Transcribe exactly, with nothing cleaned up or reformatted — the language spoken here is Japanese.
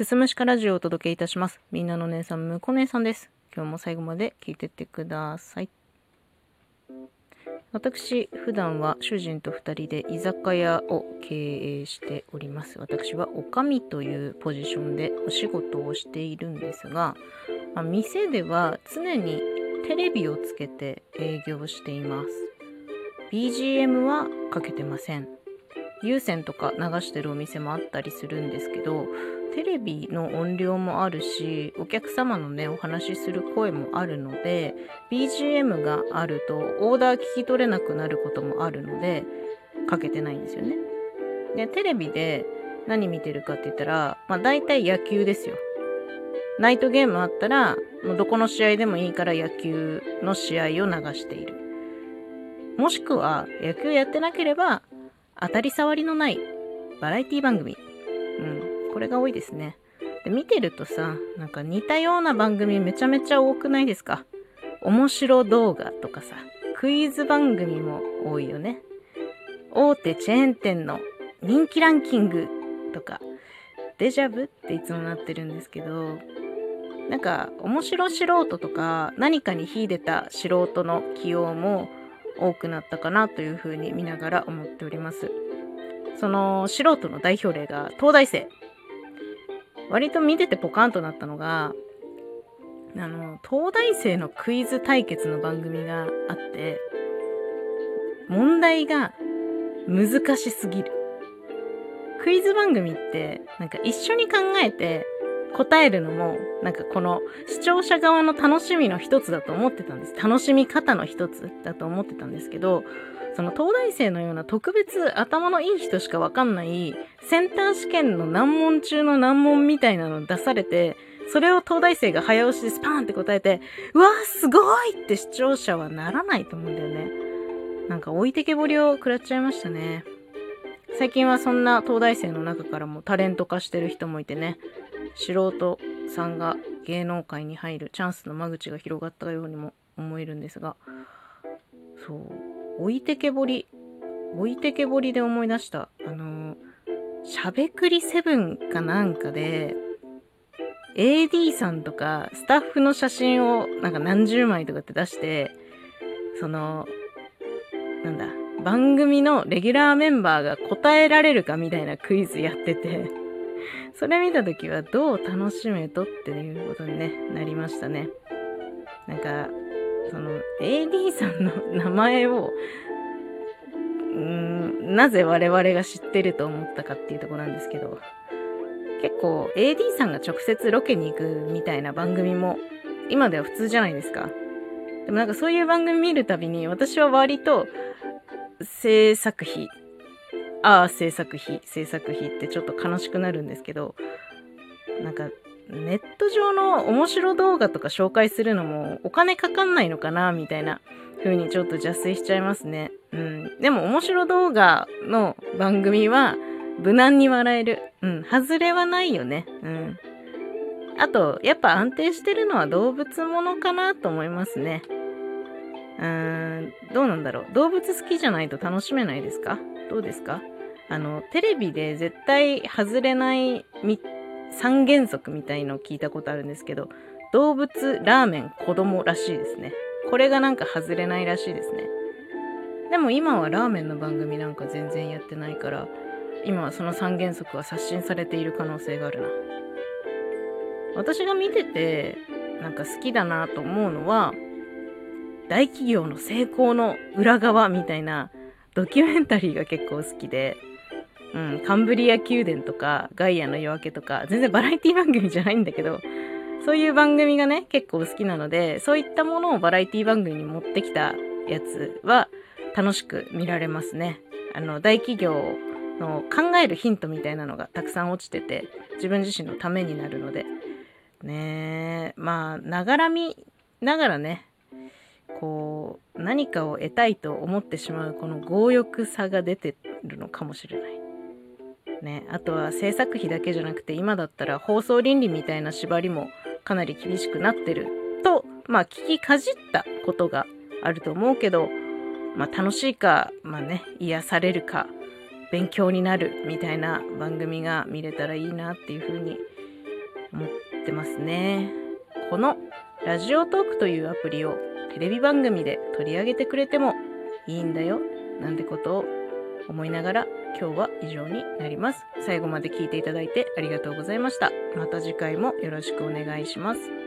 すすむしかラジオをお届けいたします。みんなの姉さん、むこ姉さんです。今日も最後まで聞いてってください。私、普段は主人とふたりで居酒屋を経営しております。私はおかみというポジションでお仕事をしているんですが、まあ、店では常にテレビをつけて営業しています。ビージーエム はかけてません。有線とか流してるお店もあったりするんですけど、テレビの音量もあるし、お客様のね、お話しする声もあるので、ビージーエム があるとオーダー聞き取れなくなることもあるので、かけてないんですよね。で、テレビで何見てるかって言ったら、まあ大体野球ですよ。ナイトゲームあったら、もうどこの試合でもいいから野球の試合を流している。もしくは、野球やってなければ、当たり障りのないバラエティ番組。うん。これが多いですね。で、見てるとさ、なんか似たような番組めちゃめちゃ多くないですか？面白動画とかさ、クイズ番組も多いよね。大手チェーン店の人気ランキングとか、デジャブっていつもなってるんですけど、なんか面白素人とか何かに秀でた素人の起用も多くなったかなというふうに見ながら思っております。その素人の代表例が東大生。割と見ててポカンとなったのが、あの、東大生のクイズ対決の番組があって、問題が難しすぎる。クイズ番組って、なんか一緒に考えて答えるのも、なんかこの視聴者側の楽しみの一つだと思ってたんです。楽しみ方の一つだと思ってたんですけど、その東大生のような特別頭のいい人しかわかんないセンター試験の難問中の難問みたいなの出されて、それを東大生が早押しでスパーンって答えて、うわーすごいって視聴者はならないと思うんだよね。なんか置いてけぼりを食らっちゃいましたね。最近はそんな東大生の中からもタレント化してる人もいてね、素人さんが芸能界に入るチャンスの間口が広がったようにも思えるんですが、そう、置いてけぼり、置いてけぼりで思い出した。あの、しゃべくりセブンかなんかで、エーディー さんとかスタッフの写真をなんか何十枚とかって出して、その、なんだ、番組のレギュラーメンバーが答えられるかみたいなクイズやってて、それ見たときはどう楽しめとっていうことに、ね、なりましたね。なんか、その エーディー さんの名前をうーんなぜ我々が知ってると思ったかっていうところなんですけど、結構 エーディー さんが直接ロケに行くみたいな番組も今では普通じゃないですか。でもなんかそういう番組見るたびに私は割と制作費ああ制作費制作費ってちょっと悲しくなるんですけど、なんかネット上の面白動画とか紹介するのもお金かかんないのかなみたいな風にちょっと邪推しちゃいますね。うん。でも面白動画の番組は無難に笑える。うん。外れはないよね。うん。あと、やっぱ安定してるのは動物ものかなと思いますね。うーん。どうなんだろう。動物好きじゃないと楽しめないですか？どうですか？あの、テレビで絶対外れないみ三原則みたいのを聞いたことあるんですけど、動物、ラーメン、子供らしいですね。これがなんか外れないらしいですね。でも今はラーメンの番組なんか全然やってないから、今はその三原則は刷新されている可能性があるな。私が見ててなんか好きだなと思うのは、大企業の成功の裏側みたいなドキュメンタリーが結構好きで、うん、カンブリア宮殿とかガイアの夜明けとか、全然バラエティ番組じゃないんだけど、そういう番組がね結構好きなので、そういったものをバラエティ番組に持ってきたやつは楽しく見られますね。あの大企業の考えるヒントみたいなのがたくさん落ちてて、自分自身のためになるのでね。まあながら見ながらね、こう何かを得たいと思ってしまうこの強欲さが出てるのかもしれないね。あとは制作費だけじゃなくて、今だったら放送倫理みたいな縛りもかなり厳しくなってると、まあ聞きかじったことがあると思うけど、まあ楽しいか、まあね、癒されるか、勉強になるみたいな番組が見れたらいいなっていうふうに思ってますね。このラジオトークというアプリをテレビ番組で取り上げてくれてもいいんだよなんてことを思いながら今日は以上になります。最後まで聞いていただいてありがとうございました。また次回もよろしくお願いします。